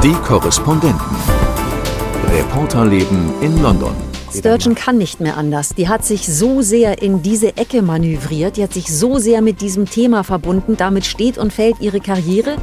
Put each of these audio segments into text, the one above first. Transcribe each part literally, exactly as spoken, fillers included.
Die Korrespondenten. Reporterleben in London. Sturgeon kann nicht mehr anders. Die hat sich so sehr in diese Ecke manövriert, die hat sich so sehr mit diesem Thema verbunden, damit steht und fällt ihre Karriere.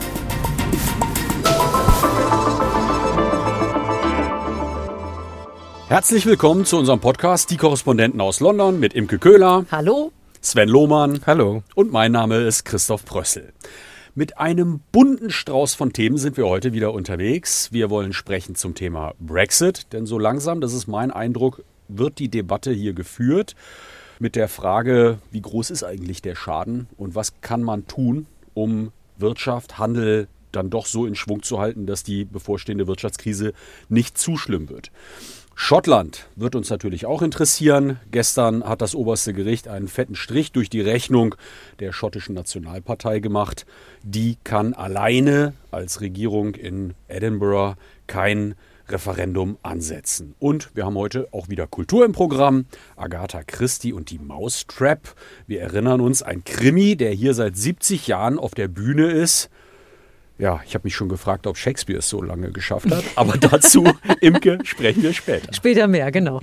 Herzlich willkommen zu unserem Podcast Die Korrespondenten aus London mit Imke Köhler. Hallo. Sven Lohmann. Hallo. Und mein Name ist Christoph Prössel. Mit einem bunten Strauß von Themen sind wir heute wieder unterwegs. Wir wollen sprechen zum Thema Brexit, denn so langsam, das ist mein Eindruck, wird die Debatte hier geführt mit der Frage, wie groß ist eigentlich der Schaden und was kann man tun, um Wirtschaft, Handel dann doch so in Schwung zu halten, dass die bevorstehende Wirtschaftskrise nicht zu schlimm wird. Schottland wird uns natürlich auch interessieren. Gestern hat das oberste Gericht einen fetten Strich durch die Rechnung der schottischen Nationalpartei gemacht. Die kann alleine als Regierung in Edinburgh kein Referendum ansetzen. Und wir haben heute auch wieder Kultur im Programm. Agatha Christie und die Mousetrap. Wir erinnern uns, ein Krimi, der hier seit siebzig Jahren auf der Bühne ist. Ja, ich habe mich schon gefragt, ob Shakespeare es so lange geschafft hat. Aber dazu, Imke, sprechen wir später. Später mehr, genau.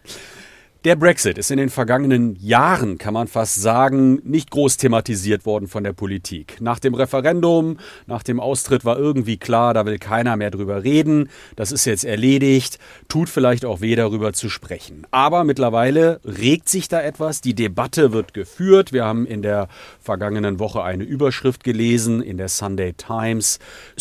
Der Brexit ist in den vergangenen Jahren, kann man fast sagen, nicht groß thematisiert worden von der Politik. Nach dem Referendum, nach dem Austritt war irgendwie klar, da will keiner mehr drüber reden. Das ist jetzt erledigt, tut vielleicht auch weh, darüber zu sprechen. Aber mittlerweile regt sich da etwas, die Debatte wird geführt. Wir haben in der vergangenen Woche eine Überschrift gelesen in der Sunday Times,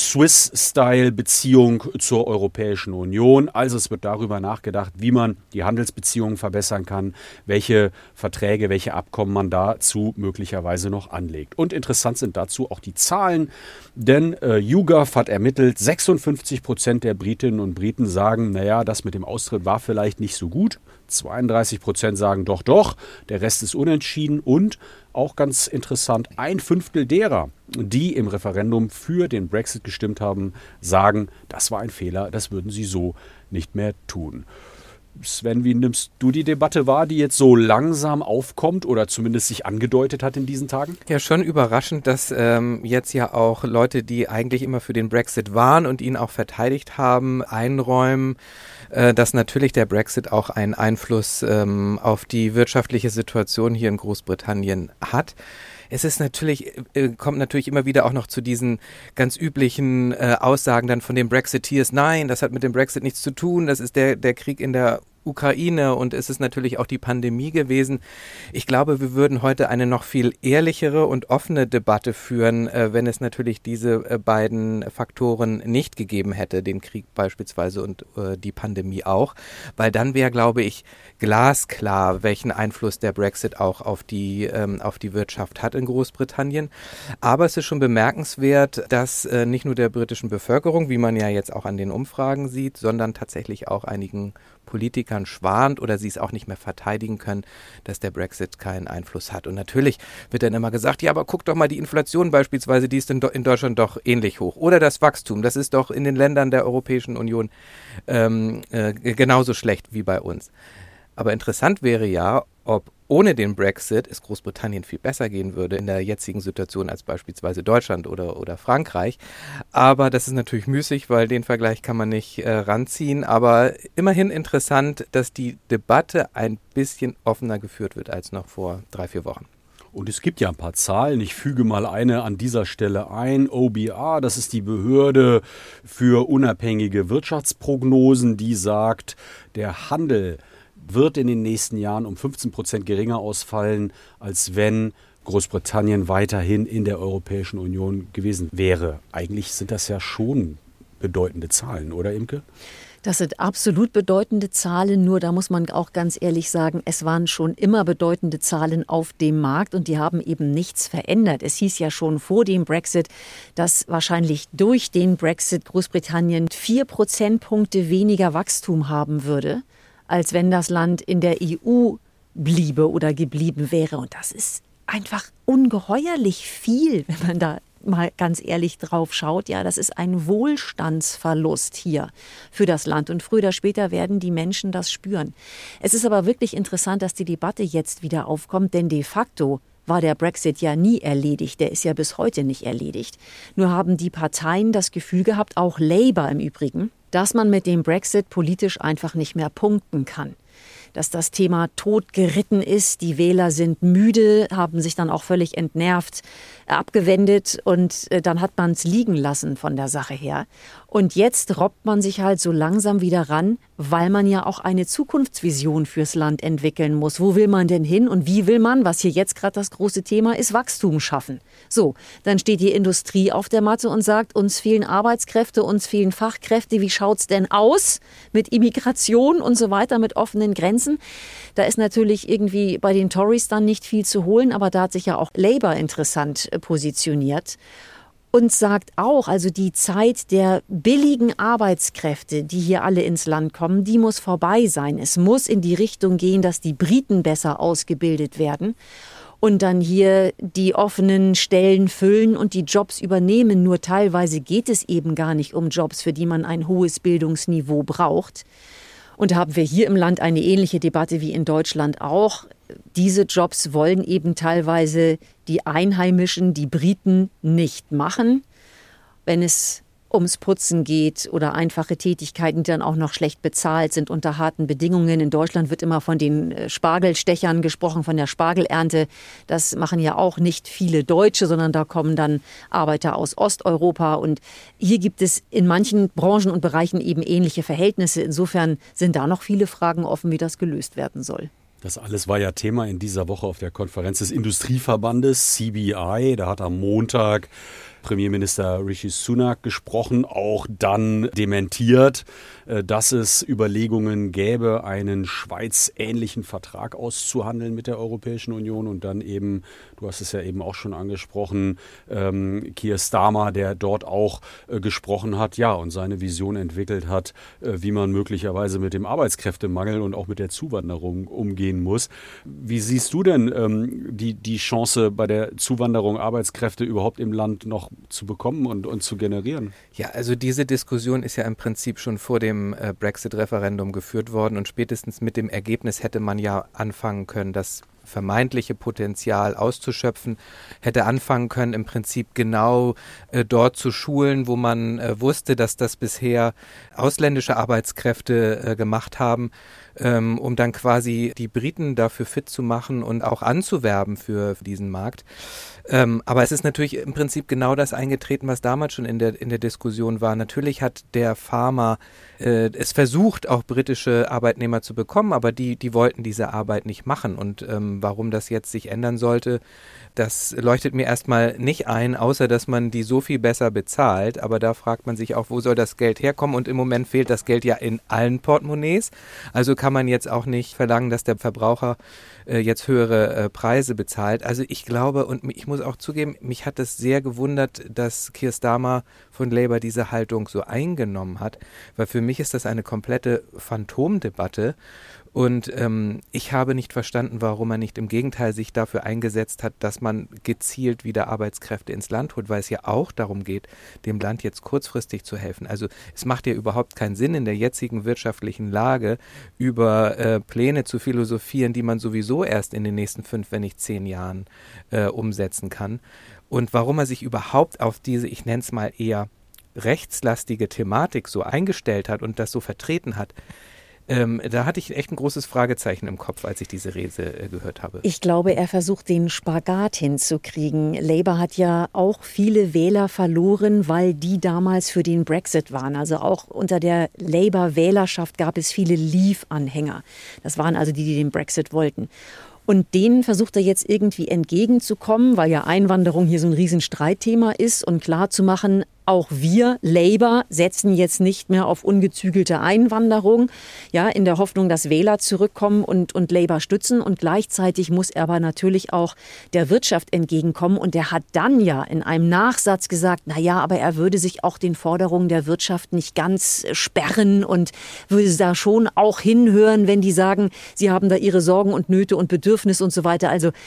Swiss-Style-Beziehung zur Europäischen Union. Also es wird darüber nachgedacht, wie man die Handelsbeziehungen verbessern kann, welche Verträge, welche Abkommen man dazu möglicherweise noch anlegt. Und interessant sind dazu auch die Zahlen, denn äh, YouGov hat ermittelt, sechsundfünfzig Prozent der Britinnen und Briten sagen, naja, das mit dem Austritt war vielleicht nicht so gut. zweiunddreißig Prozent sagen doch, doch, der Rest ist unentschieden und auch ganz interessant, ein Fünftel derer, die im Referendum für den Brexit gestimmt haben, sagen, das war ein Fehler, das würden sie so nicht mehr tun. Sven, wie nimmst du die Debatte wahr, die jetzt so langsam aufkommt oder zumindest sich angedeutet hat in diesen Tagen? Ja, schon überraschend, dass ähm, jetzt ja auch Leute, die eigentlich immer für den Brexit waren und ihn auch verteidigt haben, einräumen, äh, dass natürlich der Brexit auch einen Einfluss ähm, auf die wirtschaftliche Situation hier in Großbritannien hat. Es ist natürlich, äh, kommt natürlich immer wieder auch noch zu diesen ganz üblichen äh, Aussagen dann von den Brexiteers. Nein, das hat mit dem Brexit nichts zu tun. Das ist der, der Krieg in der Ukraine und es ist natürlich auch die Pandemie gewesen. Ich glaube, wir würden heute eine noch viel ehrlichere und offene Debatte führen, äh, wenn es natürlich diese äh, beiden Faktoren nicht gegeben hätte, den Krieg beispielsweise und äh, die Pandemie auch, weil dann wäre, glaube ich, glasklar, welchen Einfluss der Brexit auch auf die, ähm, auf die Wirtschaft hat in Großbritannien. Aber es ist schon bemerkenswert, dass äh, nicht nur der britischen Bevölkerung, wie man ja jetzt auch an den Umfragen sieht, sondern tatsächlich auch einigen Politikern schwant oder sie es auch nicht mehr verteidigen können, dass der Brexit keinen Einfluss hat. Und natürlich wird dann immer gesagt, ja, aber guck doch mal, die Inflation beispielsweise, die ist in, in Deutschland doch ähnlich hoch. Oder das Wachstum, das ist doch in den Ländern der Europäischen Union ähm, äh, genauso schlecht wie bei uns. Aber interessant wäre ja, ob ohne den Brexit es Großbritannien viel besser gehen würde in der jetzigen Situation als beispielsweise Deutschland oder, oder Frankreich. Aber das ist natürlich müßig, weil den Vergleich kann man nicht äh, ranziehen. Aber immerhin interessant, dass die Debatte ein bisschen offener geführt wird als noch vor drei, vier Wochen. Und es gibt ja ein paar Zahlen. Ich füge mal eine an dieser Stelle ein. O B R, das ist die Behörde für unabhängige Wirtschaftsprognosen, die sagt, der Handel wird in den nächsten Jahren um fünfzehn Prozent geringer ausfallen, als wenn Großbritannien weiterhin in der Europäischen Union gewesen wäre. Eigentlich sind das ja schon bedeutende Zahlen, oder Imke? Das sind absolut bedeutende Zahlen, nur da muss man auch ganz ehrlich sagen, es waren schon immer bedeutende Zahlen auf dem Markt und die haben eben nichts verändert. Es hieß ja schon vor dem Brexit, dass wahrscheinlich durch den Brexit Großbritannien vier Prozentpunkte weniger Wachstum haben würde, als wenn das Land in der E U bliebe oder geblieben wäre. Und das ist einfach ungeheuerlich viel, wenn man da mal ganz ehrlich drauf schaut. Ja, das ist ein Wohlstandsverlust hier für das Land. Und früher oder später werden die Menschen das spüren. Es ist aber wirklich interessant, dass die Debatte jetzt wieder aufkommt, denn de facto war der Brexit ja nie erledigt. Der ist ja bis heute nicht erledigt. Nur haben die Parteien das Gefühl gehabt, auch Labour im Übrigen, dass man mit dem Brexit politisch einfach nicht mehr punkten kann. Dass das Thema totgeritten ist. Die Wähler sind müde, haben sich dann auch völlig entnervt abgewendet und dann hat man es liegen lassen von der Sache her. Und jetzt robbt man sich halt so langsam wieder ran, weil man ja auch eine Zukunftsvision fürs Land entwickeln muss. Wo will man denn hin und wie will man, was hier jetzt gerade das große Thema ist, Wachstum schaffen? So, dann steht die Industrie auf der Matte und sagt, uns fehlen Arbeitskräfte, uns fehlen Fachkräfte. Wie schaut's denn aus mit Immigration und so weiter, mit offenen Grenzen? Da ist natürlich irgendwie bei den Tories dann nicht viel zu holen, aber da hat sich ja auch Labour interessant positioniert. Und sagt auch, also die Zeit der billigen Arbeitskräfte, die hier alle ins Land kommen, die muss vorbei sein. Es muss in die Richtung gehen, dass die Briten besser ausgebildet werden und dann hier die offenen Stellen füllen und die Jobs übernehmen. Nur teilweise geht es eben gar nicht um Jobs, für die man ein hohes Bildungsniveau braucht. Und da haben wir hier im Land eine ähnliche Debatte wie in Deutschland auch. Diese Jobs wollen eben teilweise die Einheimischen, die Briten, nicht machen. Wenn es ums Putzen geht oder einfache Tätigkeiten, die dann auch noch schlecht bezahlt sind unter harten Bedingungen. In Deutschland wird immer von den Spargelstechern gesprochen, von der Spargelernte. Das machen ja auch nicht viele Deutsche, sondern da kommen dann Arbeiter aus Osteuropa. Und hier gibt es in manchen Branchen und Bereichen eben ähnliche Verhältnisse. Insofern sind da noch viele Fragen offen, wie das gelöst werden soll. Das alles war ja Thema in dieser Woche auf der Konferenz des Industrieverbandes C B I. Da hat am Montag Premierminister Rishi Sunak gesprochen, auch dann dementiert, dass es Überlegungen gäbe, einen Schweiz-ähnlichen Vertrag auszuhandeln mit der Europäischen Union und dann eben, du hast es ja eben auch schon angesprochen, ähm, Keir Starmer, der dort auch äh, gesprochen hat, ja, und seine Vision entwickelt hat, äh, wie man möglicherweise mit dem Arbeitskräftemangel und auch mit der Zuwanderung umgehen muss. Wie siehst du denn ähm, die, die Chance bei der Zuwanderung Arbeitskräfte überhaupt im Land noch zu bekommen und, und zu generieren? Ja, also diese Diskussion ist ja im Prinzip schon vor dem äh, Brexit-Referendum geführt worden und spätestens mit dem Ergebnis hätte man ja anfangen können, das vermeintliche Potenzial auszuschöpfen, hätte anfangen können, im Prinzip genau äh, dort zu schulen, wo man äh, wusste, dass das bisher ausländische Arbeitskräfte äh, gemacht haben, ähm, um dann quasi die Briten dafür fit zu machen und auch anzuwerben für, für diesen Markt. Ähm, aber es ist natürlich im Prinzip genau das eingetreten, was damals schon in der, in der Diskussion war. Natürlich hat der Farmer äh, es versucht, auch britische Arbeitnehmer zu bekommen, aber die, die wollten diese Arbeit nicht machen. Und ähm, warum das jetzt sich ändern sollte, das leuchtet mir erstmal nicht ein, außer dass man die so viel besser bezahlt. Aber da fragt man sich auch, wo soll das Geld herkommen? Und im Moment fehlt das Geld ja in allen Portemonnaies. Also kann man jetzt auch nicht verlangen, dass der Verbraucher äh, jetzt höhere äh, Preise bezahlt. Also ich glaube, und ich muss auch zugeben, mich hat es sehr gewundert, dass Keir Starmer von Labour diese Haltung so eingenommen hat. Weil für mich ist das eine komplette Phantomdebatte. Und ähm, ich habe nicht verstanden, warum er nicht im Gegenteil sich dafür eingesetzt hat, dass man gezielt wieder Arbeitskräfte ins Land holt, weil es ja auch darum geht, dem Land jetzt kurzfristig zu helfen. Also es macht ja überhaupt keinen Sinn, in der jetzigen wirtschaftlichen Lage über äh, Pläne zu philosophieren, die man sowieso erst in den nächsten fünf, wenn nicht zehn Jahren äh, umsetzen kann. Und warum er sich überhaupt auf diese, ich nenne es mal eher rechtslastige Thematik so eingestellt hat und das so vertreten hat, Ähm, da hatte ich echt ein großes Fragezeichen im Kopf, als ich diese Rede äh, gehört habe. Ich glaube, er versucht, den Spagat hinzukriegen. Labour hat ja auch viele Wähler verloren, weil die damals für den Brexit waren. Also auch unter der Labour-Wählerschaft gab es viele Leave-Anhänger. Das waren also die, die den Brexit wollten. Und denen versucht er jetzt irgendwie entgegenzukommen, weil ja Einwanderung hier so ein Riesenstreitthema ist und klarzumachen, auch wir, Labour, setzen jetzt nicht mehr auf ungezügelte Einwanderung, ja, in der Hoffnung, dass Wähler zurückkommen und, und Labour stützen. Und gleichzeitig muss er aber natürlich auch der Wirtschaft entgegenkommen. Und er hat dann ja in einem Nachsatz gesagt, na ja, aber er würde sich auch den Forderungen der Wirtschaft nicht ganz sperren und würde da schon auch hinhören, wenn die sagen, sie haben da ihre Sorgen und Nöte und Bedürfnisse und so weiter. Also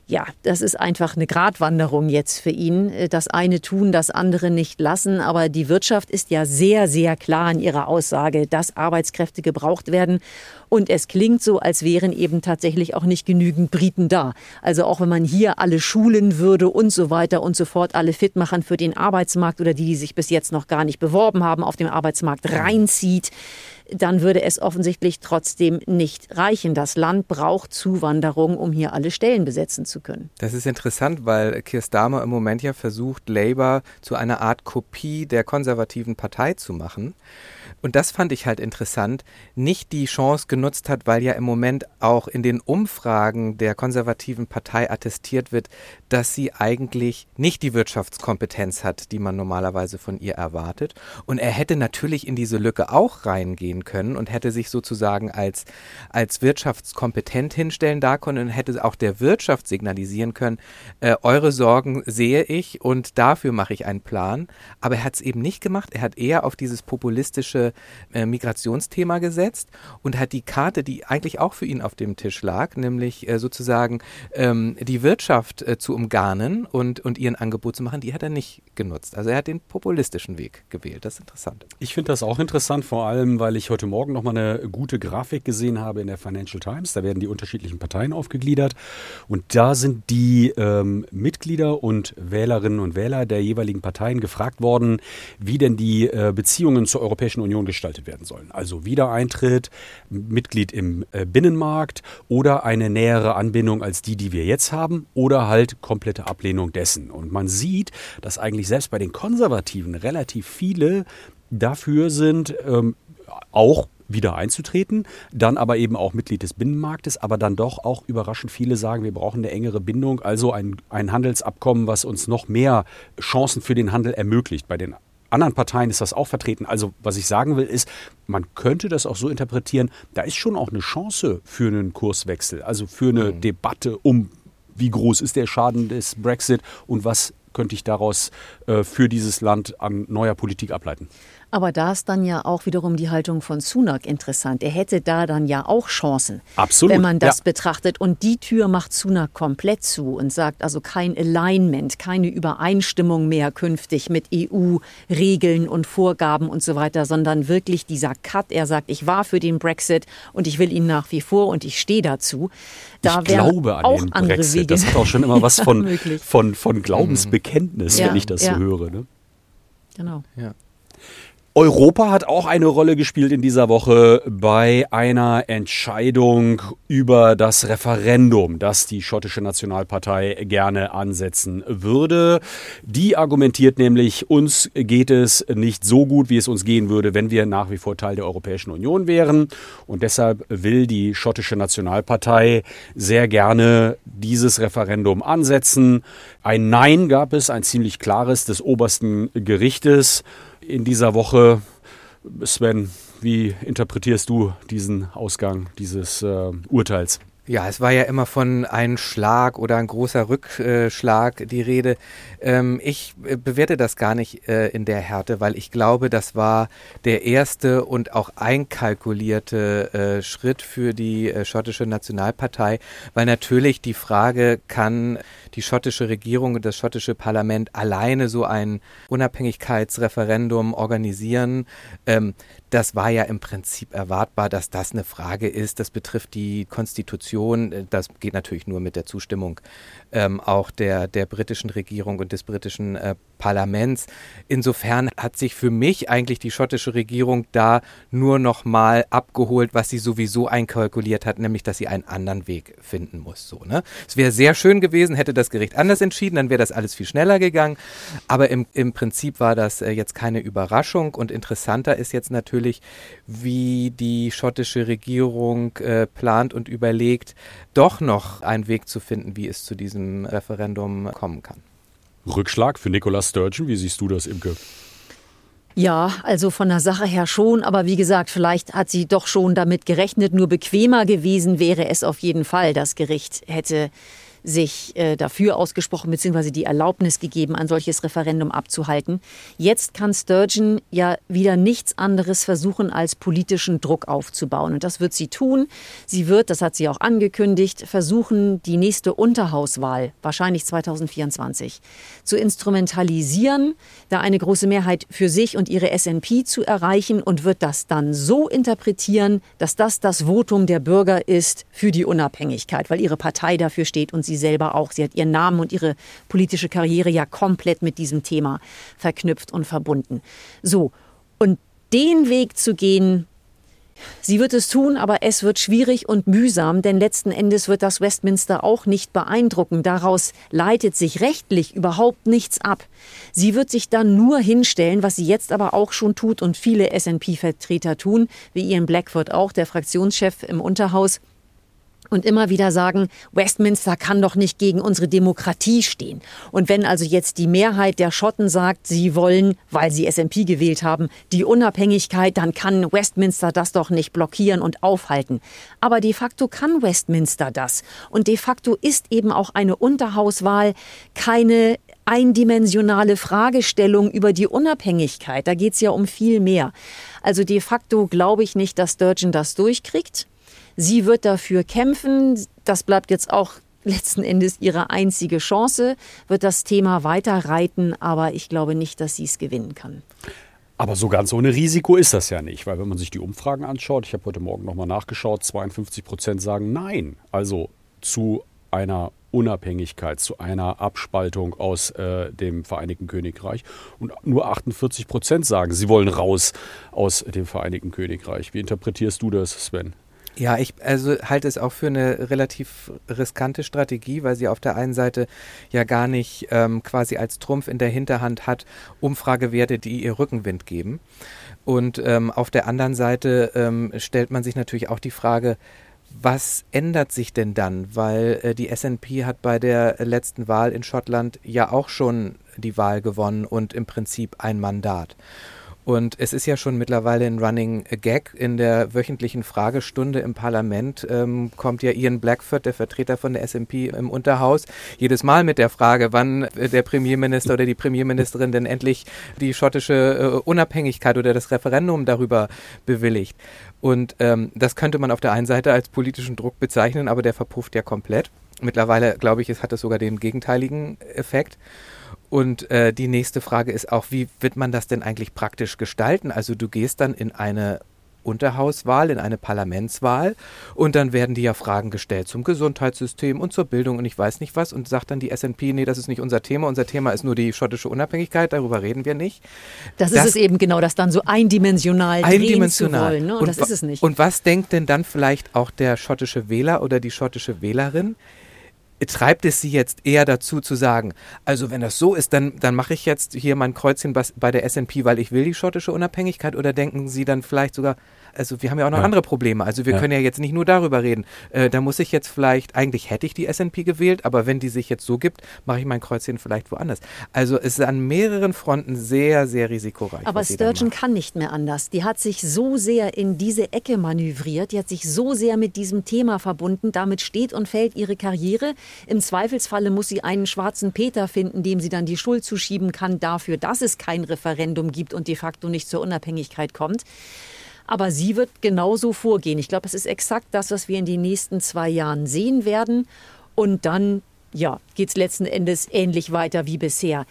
Ja, das ist einfach eine Gratwanderung jetzt für ihn. Das eine tun, das andere nicht lassen. Aber die Wirtschaft ist ja sehr, sehr klar in ihrer Aussage, dass Arbeitskräfte gebraucht werden. Und es klingt so, als wären eben tatsächlich auch nicht genügend Briten da. Also auch wenn man hier alle schulen würde und so weiter und so fort, alle fit machen für den Arbeitsmarkt oder die, die sich bis jetzt noch gar nicht beworben haben, auf dem Arbeitsmarkt reinzieht, dann würde es offensichtlich trotzdem nicht reichen. Das Land braucht Zuwanderung, um hier alle Stellen besetzen zu können. Das ist interessant, weil Keir Starmer im Moment ja versucht, Labour zu einer Art Kopie der konservativen Partei zu machen. Und das fand ich halt interessant, nicht die Chance genutzt hat, weil ja im Moment auch in den Umfragen der konservativen Partei attestiert wird, dass sie eigentlich nicht die Wirtschaftskompetenz hat, die man normalerweise von ihr erwartet. Und er hätte natürlich in diese Lücke auch reingehen können und hätte sich sozusagen als, als wirtschaftskompetent hinstellen da können und hätte auch der Wirtschaft signalisieren können, äh, eure Sorgen sehe ich und dafür mache ich einen Plan. Aber er hat es eben nicht gemacht. Er hat eher auf dieses populistische äh, Migrationsthema gesetzt und hat die Karte, die eigentlich auch für ihn auf dem Tisch lag, nämlich äh, sozusagen ähm, die Wirtschaft äh, zu umgarnen und, und ihren Angebot zu machen, die hat er nicht genutzt. Also er hat den populistischen Weg gewählt. Das ist interessant. Ich finde das auch interessant, vor allem, weil ich heute Morgen noch mal eine gute Grafik gesehen habe in der Financial Times. Da werden die unterschiedlichen Parteien aufgegliedert und da sind die ähm, Mitglieder und Wählerinnen und Wähler der jeweiligen Parteien gefragt worden, wie denn die äh, Beziehungen zur Europäischen Union gestaltet werden sollen. Also Wiedereintritt, Mitglied im äh, Binnenmarkt oder eine nähere Anbindung als die, die wir jetzt haben oder halt komplette Ablehnung dessen. Und man sieht, dass eigentlich selbst bei den Konservativen relativ viele dafür sind, ähm, auch wieder einzutreten, dann aber eben auch Mitglied des Binnenmarktes, aber dann doch auch überraschend viele sagen, wir brauchen eine engere Bindung, also ein, ein Handelsabkommen, was uns noch mehr Chancen für den Handel ermöglicht. Bei den anderen Parteien ist das auch vertreten. Also was ich sagen will, ist, man könnte das auch so interpretieren, da ist schon auch eine Chance für einen Kurswechsel, also für eine mhm. Debatte um, wie groß ist der Schaden des Brexit und was könnte ich daraus äh, für dieses Land an neuer Politik ableiten. Aber da ist dann ja auch wiederum die Haltung von Sunak interessant. Er hätte da dann ja auch Chancen, Absolut, wenn man das ja. betrachtet. Und die Tür macht Sunak komplett zu und sagt also kein Alignment, keine Übereinstimmung mehr künftig mit E U-Regeln und Vorgaben und so weiter, sondern wirklich dieser Cut. Er sagt, ich war für den Brexit und ich will ihn nach wie vor und ich stehe dazu. Da ich glaube an auch den andere Brexit. Wege. Das hat auch schon immer was von, ja, von, von Glaubensbekenntnis, ja, wenn ich das ja. so höre. Ne? Genau. Ja. Europa hat auch eine Rolle gespielt in dieser Woche bei einer Entscheidung über das Referendum, das die schottische Nationalpartei gerne ansetzen würde. Die argumentiert nämlich, uns geht es nicht so gut, wie es uns gehen würde, wenn wir nach wie vor Teil der Europäischen Union wären. Und deshalb will die schottische Nationalpartei sehr gerne dieses Referendum ansetzen. Ein Nein gab es, ein ziemlich klares des obersten Gerichtes in dieser Woche. Sven, wie interpretierst du diesen Ausgang dieses äh, Urteils? Ja, es war ja immer von einem Schlag oder ein großer Rückschlag die Rede. Ähm, ich äh, bewerte das gar nicht äh, in der Härte, weil ich glaube, das war der erste und auch einkalkulierte äh, Schritt für die äh, schottische Nationalpartei, weil natürlich die Frage, kann die schottische Regierung und das schottische Parlament alleine so ein Unabhängigkeitsreferendum organisieren? Ähm, das war ja im Prinzip erwartbar, dass das eine Frage ist. Das betrifft die Konstitution. Das geht natürlich nur mit der Zustimmung ähm, auch der, der britischen Regierung und des britischen äh, Parlaments. Insofern hat sich für mich eigentlich die schottische Regierung da nur noch mal abgeholt, was sie sowieso einkalkuliert hat, nämlich, dass sie einen anderen Weg finden muss. So, ne? Es wäre sehr schön gewesen, hätte das Gericht anders entschieden, dann wäre das alles viel schneller gegangen. Aber im, im Prinzip war das äh, jetzt keine Überraschung. Und interessanter ist jetzt natürlich, wie die schottische Regierung äh, plant und überlegt, doch noch einen Weg zu finden, wie es zu diesem Referendum kommen kann. Rückschlag für Nicola Sturgeon, wie siehst du das, Imke? Ja, also von der Sache her schon, aber wie gesagt, vielleicht hat sie doch schon damit gerechnet, nur bequemer gewesen wäre es auf jeden Fall. Das Gericht hätte sich äh, dafür ausgesprochen bzw. die Erlaubnis gegeben, ein solches Referendum abzuhalten. Jetzt kann Sturgeon ja wieder nichts anderes versuchen, als politischen Druck aufzubauen. Und das wird sie tun. Sie wird, das hat sie auch angekündigt, versuchen, die nächste Unterhauswahl, wahrscheinlich zwanzig vierundzwanzig, zu instrumentalisieren, da eine große Mehrheit für sich und ihre S N P zu erreichen und wird das dann so interpretieren, dass das das Votum der Bürger ist für die Unabhängigkeit, weil ihre Partei dafür steht und sie selber auch. Sie hat ihren Namen und ihre politische Karriere ja komplett mit diesem Thema verknüpft und verbunden. So, und den Weg zu gehen, sie wird es tun, aber es wird schwierig und mühsam, denn letzten Endes wird das Westminster auch nicht beeindrucken. Daraus leitet sich rechtlich überhaupt nichts ab. Sie wird sich dann nur hinstellen, was sie jetzt aber auch schon tut und viele S N P-Vertreter tun, wie Ian Blackford auch, der Fraktionschef im Unterhaus, und immer wieder sagen, Westminster kann doch nicht gegen unsere Demokratie stehen. Und wenn also jetzt die Mehrheit der Schotten sagt, sie wollen, weil sie S N P gewählt haben, die Unabhängigkeit, dann kann Westminster das doch nicht blockieren und aufhalten. Aber de facto kann Westminster das. Und de facto ist eben auch eine Unterhauswahl keine eindimensionale Fragestellung über die Unabhängigkeit. Da geht es ja um viel mehr. Also de facto glaube ich nicht, dass Sturgeon das durchkriegt. Sie wird dafür kämpfen, das bleibt jetzt auch letzten Endes ihre einzige Chance, wird das Thema weiterreiten, aber ich glaube nicht, dass sie es gewinnen kann. Aber so ganz ohne Risiko ist das ja nicht, weil wenn man sich die Umfragen anschaut, ich habe heute Morgen nochmal nachgeschaut, zweiundfünfzig Prozent sagen Nein, also zu einer Unabhängigkeit, zu einer Abspaltung aus äh, dem Vereinigten Königreich. Und nur achtundvierzig Prozent sagen, sie wollen raus aus dem Vereinigten Königreich. Wie interpretierst du das, Sven? Ja, ich also halte es auch für eine relativ riskante Strategie, weil sie auf der einen Seite ja gar nicht ähm, quasi als Trumpf in der Hinterhand hat Umfragewerte, die ihr Rückenwind geben. Und ähm, auf der anderen Seite ähm, stellt man sich natürlich auch die Frage, was ändert sich denn dann? Weil äh, die S N P hat bei der letzten Wahl in Schottland ja auch schon die Wahl gewonnen und im Prinzip ein Mandat. Und es ist ja schon mittlerweile ein Running Gag. In der wöchentlichen Fragestunde im Parlament ähm, kommt ja Ian Blackford, der Vertreter von der S N P im Unterhaus, jedes Mal mit der Frage, wann der Premierminister oder die Premierministerin denn endlich die schottische äh, Unabhängigkeit oder das Referendum darüber bewilligt. Und ähm, das könnte man auf der einen Seite als politischen Druck bezeichnen, aber der verpufft ja komplett. Mittlerweile, glaube ich, es hat es sogar den gegenteiligen Effekt. Und äh, die nächste Frage ist auch, wie wird man das denn eigentlich praktisch gestalten? Also du gehst dann in eine Unterhauswahl, in eine Parlamentswahl und dann werden dir ja Fragen gestellt zum Gesundheitssystem und zur Bildung und ich weiß nicht was und sagt dann die S N P, nee, das ist nicht unser Thema, unser Thema ist nur die schottische Unabhängigkeit, darüber reden wir nicht. Das, das ist es eben genau, das dann so eindimensional, eindimensional drehen zu wollen, ne? Und, und das ist es nicht. Und was denkt denn dann vielleicht auch der schottische Wähler oder die schottische Wählerin? Treibt es sie jetzt eher dazu zu sagen, also wenn das so ist, dann, dann mache ich jetzt hier mein Kreuzchen bei der S N P, weil ich will die schottische Unabhängigkeit, oder denken sie dann vielleicht sogar, also wir haben ja auch noch ja. andere Probleme, also wir ja. können ja jetzt nicht nur darüber reden, äh, da muss ich jetzt vielleicht, eigentlich hätte ich die S N P gewählt, aber wenn die sich jetzt so gibt, mache ich mein Kreuzchen vielleicht woanders. Also es ist an mehreren Fronten sehr, sehr risikoreich. Aber Sturgeon kann nicht mehr anders. Die hat sich so sehr in diese Ecke manövriert, die hat sich so sehr mit diesem Thema verbunden, damit steht und fällt ihre Karriere. Im Zweifelsfalle muss sie einen schwarzen Peter finden, dem sie dann die Schuld zuschieben kann dafür, dass es kein Referendum gibt und de facto nicht zur Unabhängigkeit kommt. Aber sie wird genauso vorgehen. Ich glaube, es ist exakt das, was wir in den nächsten zwei Jahren sehen werden. Und dann ja, geht es letzten Endes ähnlich weiter wie bisher.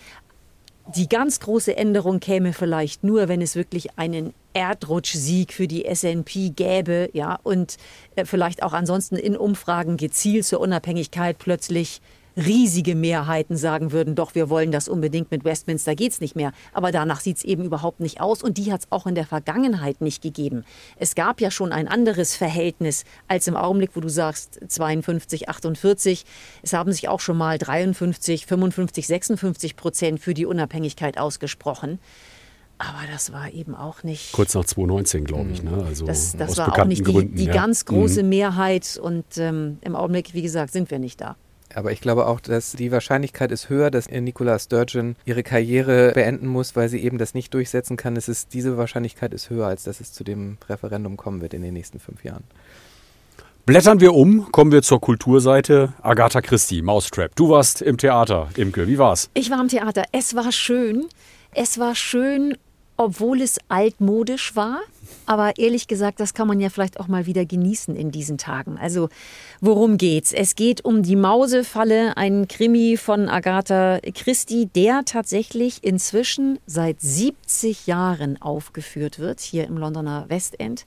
Die ganz große Änderung käme vielleicht nur, wenn es wirklich einen Erdrutschsieg für die S N P gäbe, ja, und äh, vielleicht auch ansonsten in Umfragen gezielt zur Unabhängigkeit plötzlich riesige Mehrheiten sagen würden, doch, wir wollen das unbedingt, mit Westminster geht's nicht mehr. Aber danach sieht's eben überhaupt nicht aus und die hat's auch in der Vergangenheit nicht gegeben. Es gab ja schon ein anderes Verhältnis als im Augenblick, wo du sagst zweiundfünfzig, achtundvierzig. Es haben sich auch schon mal dreiundfünfzig, fünfundfünfzig, sechsundfünfzig Prozent für die Unabhängigkeit ausgesprochen. Aber das war eben auch nicht... Kurz nach zweitausendneunzehn, glaube ich. Ne? Also das das aus war auch nicht die, Gründen, die ja. ganz große mhm. Mehrheit und ähm, im Augenblick, wie gesagt, sind wir nicht da. Aber ich glaube auch, dass die Wahrscheinlichkeit ist höher, dass Nicola Sturgeon ihre Karriere beenden muss, weil sie eben das nicht durchsetzen kann. Es ist, diese Wahrscheinlichkeit ist höher, als dass es zu dem Referendum kommen wird in den nächsten fünf Jahren. Blättern wir um, kommen wir zur Kulturseite. Agatha Christie, Mousetrap. Du warst im Theater, Imke. Wie war's? Ich war im Theater. Es war schön. Es war schön, obwohl es altmodisch war. Aber ehrlich gesagt, das kann man ja vielleicht auch mal wieder genießen in diesen Tagen. Also worum geht's? Es geht um die Mausefalle, ein Krimi von Agatha Christie, der tatsächlich inzwischen seit siebzig Jahren aufgeführt wird, hier im Londoner West End.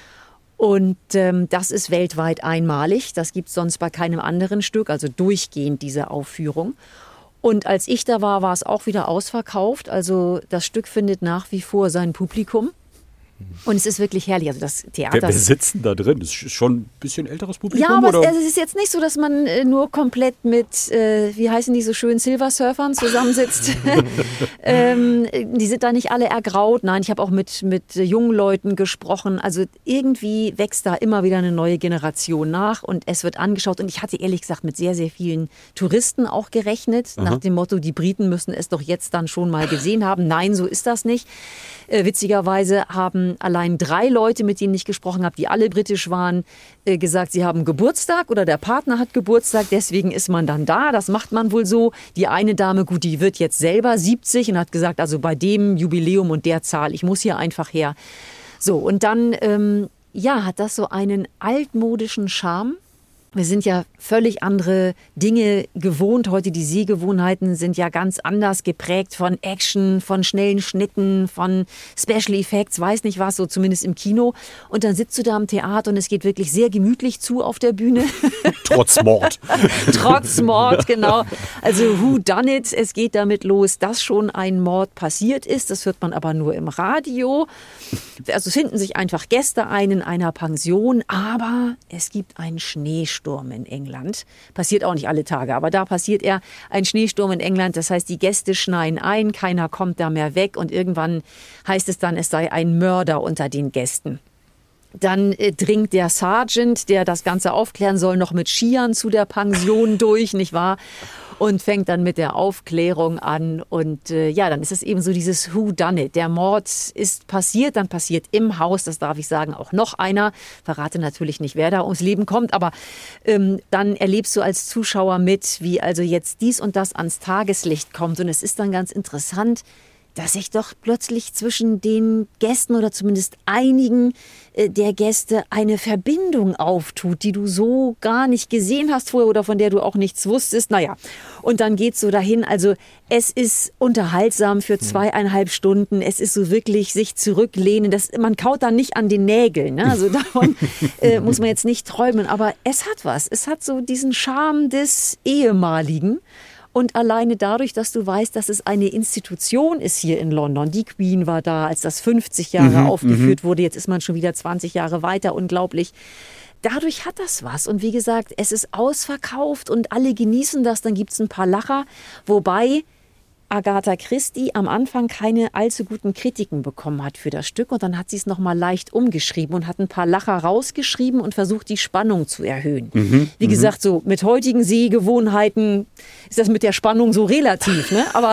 Und ähm, das ist weltweit einmalig. Das gibt es sonst bei keinem anderen Stück, also durchgehend diese Aufführung. Und als ich da war, war es auch wieder ausverkauft. Also das Stück findet nach wie vor sein Publikum. Und es ist wirklich herrlich. Also das Theater. Wer, wer sitzt denn da drin? Das ist schon ein bisschen älteres Publikum? Ja, aber oder? Es, es ist jetzt nicht so, dass man äh, nur komplett mit, äh, wie heißen die so schön, Silver-Surfern zusammensitzt. ähm, die sind da nicht alle ergraut. Nein, ich habe auch mit, mit jungen Leuten gesprochen. Also irgendwie wächst da immer wieder eine neue Generation nach und es wird angeschaut. Und ich hatte ehrlich gesagt mit sehr, sehr vielen Touristen auch gerechnet. Aha. Nach dem Motto, die Briten müssen es doch jetzt dann schon mal gesehen haben. Nein, so ist das nicht. Äh, witzigerweise haben allein drei Leute, mit denen ich gesprochen habe, die alle britisch waren, äh, gesagt, sie haben Geburtstag oder der Partner hat Geburtstag, deswegen ist man dann da. Das macht man wohl so. Die eine Dame, gut, die wird jetzt selber siebzig und hat gesagt, also bei dem Jubiläum und der Zahl, ich muss hier einfach her. So, und dann, ähm, ja, hat das so einen altmodischen Charme. Wir sind ja völlig andere Dinge gewohnt. Heute die Sehgewohnheiten sind ja ganz anders geprägt von Action, von schnellen Schnitten, von Special Effects, weiß nicht was, so zumindest im Kino. Und dann sitzt du da am Theater und es geht wirklich sehr gemütlich zu auf der Bühne. Trotz Mord. Trotz Mord, genau. Also who done it? Es geht damit los, dass schon ein Mord passiert ist. Das hört man aber nur im Radio. Also es finden sich einfach Gäste ein in einer Pension, aber es gibt einen Schneesturm in England. Passiert auch nicht alle Tage, aber da passiert er, ein Schneesturm in England. Das heißt, die Gäste schneien ein, keiner kommt da mehr weg und irgendwann heißt es dann, es sei ein Mörder unter den Gästen. Dann äh, dringt der Sergeant, der das Ganze aufklären soll, noch mit Skiern zu der Pension durch, nicht wahr? Und fängt dann mit der Aufklärung an. Und äh, ja, dann ist es eben so dieses Who done it. Der Mord ist passiert, dann passiert im Haus, das darf ich sagen, auch noch einer. Verrate natürlich nicht, wer da ums Leben kommt, aber ähm, dann erlebst du als Zuschauer mit, wie also jetzt dies und das ans Tageslicht kommt. Und es ist dann ganz interessant, dass sich doch plötzlich zwischen den Gästen oder zumindest einigen äh, der Gäste eine Verbindung auftut, die du so gar nicht gesehen hast vorher oder von der du auch nichts wusstest. Naja, und dann geht's so dahin. Also es ist unterhaltsam für zweieinhalb Stunden. Es ist so wirklich sich zurücklehnen. Das, man kaut dann nicht an den Nägeln. Ne? Also davon äh, muss man jetzt nicht träumen. Aber es hat was. Es hat so diesen Charme des Ehemaligen. Und alleine dadurch, dass du weißt, dass es eine Institution ist hier in London. Die Queen war da, als das fünfzig Jahre mhm, aufgeführt wurde. Jetzt ist man schon wieder zwanzig Jahre weiter. Unglaublich. Dadurch hat das was. Und wie gesagt, es ist ausverkauft und alle genießen das. Dann gibt es ein paar Lacher. Wobei Agatha Christie am Anfang keine allzu guten Kritiken bekommen hat für das Stück. Und dann hat sie es nochmal leicht umgeschrieben und hat ein paar Lacher rausgeschrieben und versucht, die Spannung zu erhöhen. Mhm, Wie gesagt, so mit heutigen Sehgewohnheiten ist das mit der Spannung so relativ. Ne? Aber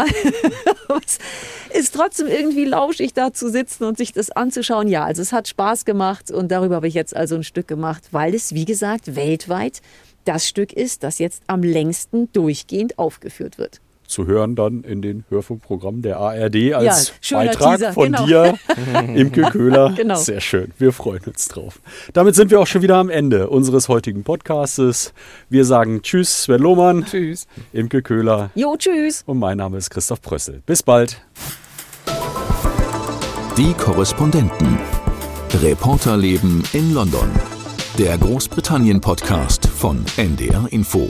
es ist trotzdem irgendwie lauschig, da zu sitzen und sich das anzuschauen. Ja, also es hat Spaß gemacht und darüber habe ich jetzt also ein Stück gemacht, weil es, wie gesagt, weltweit das Stück ist, das jetzt am längsten durchgehend aufgeführt wird. Zu hören dann in den Hörfunkprogrammen der A R D als ja, Beitrag Teaser, von genau. dir, Imke Köhler. Genau. Sehr schön, wir freuen uns drauf. Damit sind wir auch schon wieder am Ende unseres heutigen Podcastes. Wir sagen Tschüss, Sven Lohmann. Tschüss. Imke Köhler. Jo, tschüss. Und mein Name ist Christoph Prössel. Bis bald. Die Korrespondenten. Reporterleben in London. Der Großbritannien-Podcast von N D R Info.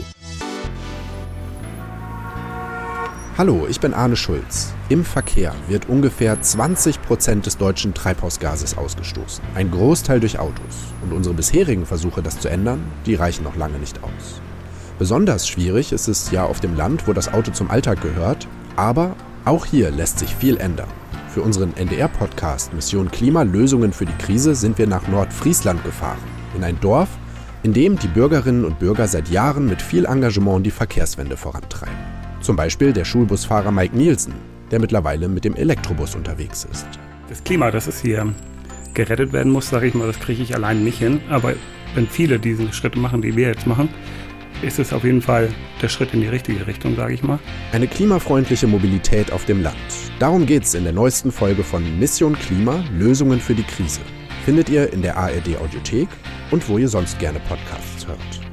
Hallo, ich bin Arne Schulz. Im Verkehr wird ungefähr zwanzig Prozent des deutschen Treibhausgases ausgestoßen. Ein Großteil durch Autos. Und unsere bisherigen Versuche, das zu ändern, die reichen noch lange nicht aus. Besonders schwierig ist es ja auf dem Land, wo das Auto zum Alltag gehört. Aber auch hier lässt sich viel ändern. Für unseren N D R-Podcast Mission Klima Lösungen für die Krise sind wir nach Nordfriesland gefahren. In ein Dorf, in dem die Bürgerinnen und Bürger seit Jahren mit viel Engagement die Verkehrswende vorantreiben. Zum Beispiel der Schulbusfahrer Mike Nielsen, der mittlerweile mit dem Elektrobus unterwegs ist. Das Klima, das es hier gerettet werden muss, sage ich mal, das kriege ich allein nicht hin. Aber wenn viele diese Schritte machen, die wir jetzt machen, ist es auf jeden Fall der Schritt in die richtige Richtung, sage ich mal. Eine klimafreundliche Mobilität auf dem Land. Darum geht's in der neuesten Folge von Mission Klima – Lösungen für die Krise. Findet ihr in der A R D Audiothek und wo ihr sonst gerne Podcasts hört.